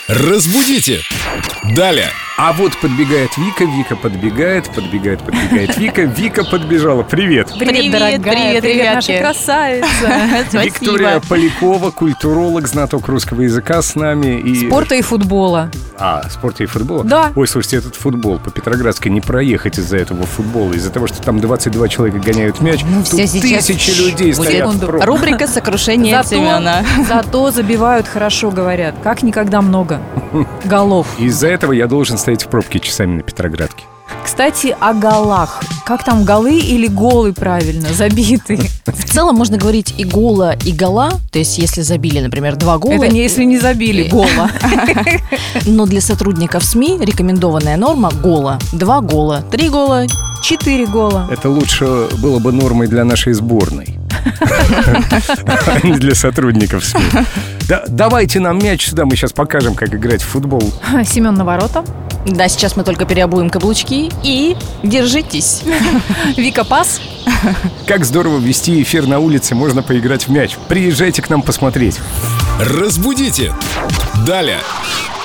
Разбудите! Далее! А вот подбегает Вика, Вика подбегает Вика, Вика подбежала. Привет! Привет, дорогая, привет, наша ребятки. красавица. Виктория Полякова, культуролог, знаток русского языка с нами. И... Спорта и футбола. Спорта и футбола? Да. Ой, слушайте, этот футбол по Петроградской не проехать из-за этого футбола. Из-за того, что там 22 человека гоняют мяч. Тут все сейчас- тысячи людей стоят в секунду. пробках. Рубрика «Сокрушение Семена». Зато забивают хорошо, говорят. Как никогда много голов. Из-за этого я должен стоять в пробке часами на Петроградке. Кстати, о голах. Как там, голы или голы правильно, забитые? В целом можно говорить и гола, и гола. То есть если забили, например, 2 гола. Это не если не забили, гола. Но для сотрудников СМИ рекомендованная норма гола. 2 гола, 3 гола. 4 гола. Это лучше было бы нормой для нашей сборной, а не для сотрудников СМИ. Давайте нам мяч сюда, мы сейчас покажем, как играть в футбол. Семен на ворота. Да, сейчас мы только переобуем каблучки и держитесь. Вика пас. Как здорово вести эфир на улице, можно поиграть в мяч. Приезжайте к нам посмотреть. Разбудите! Далее!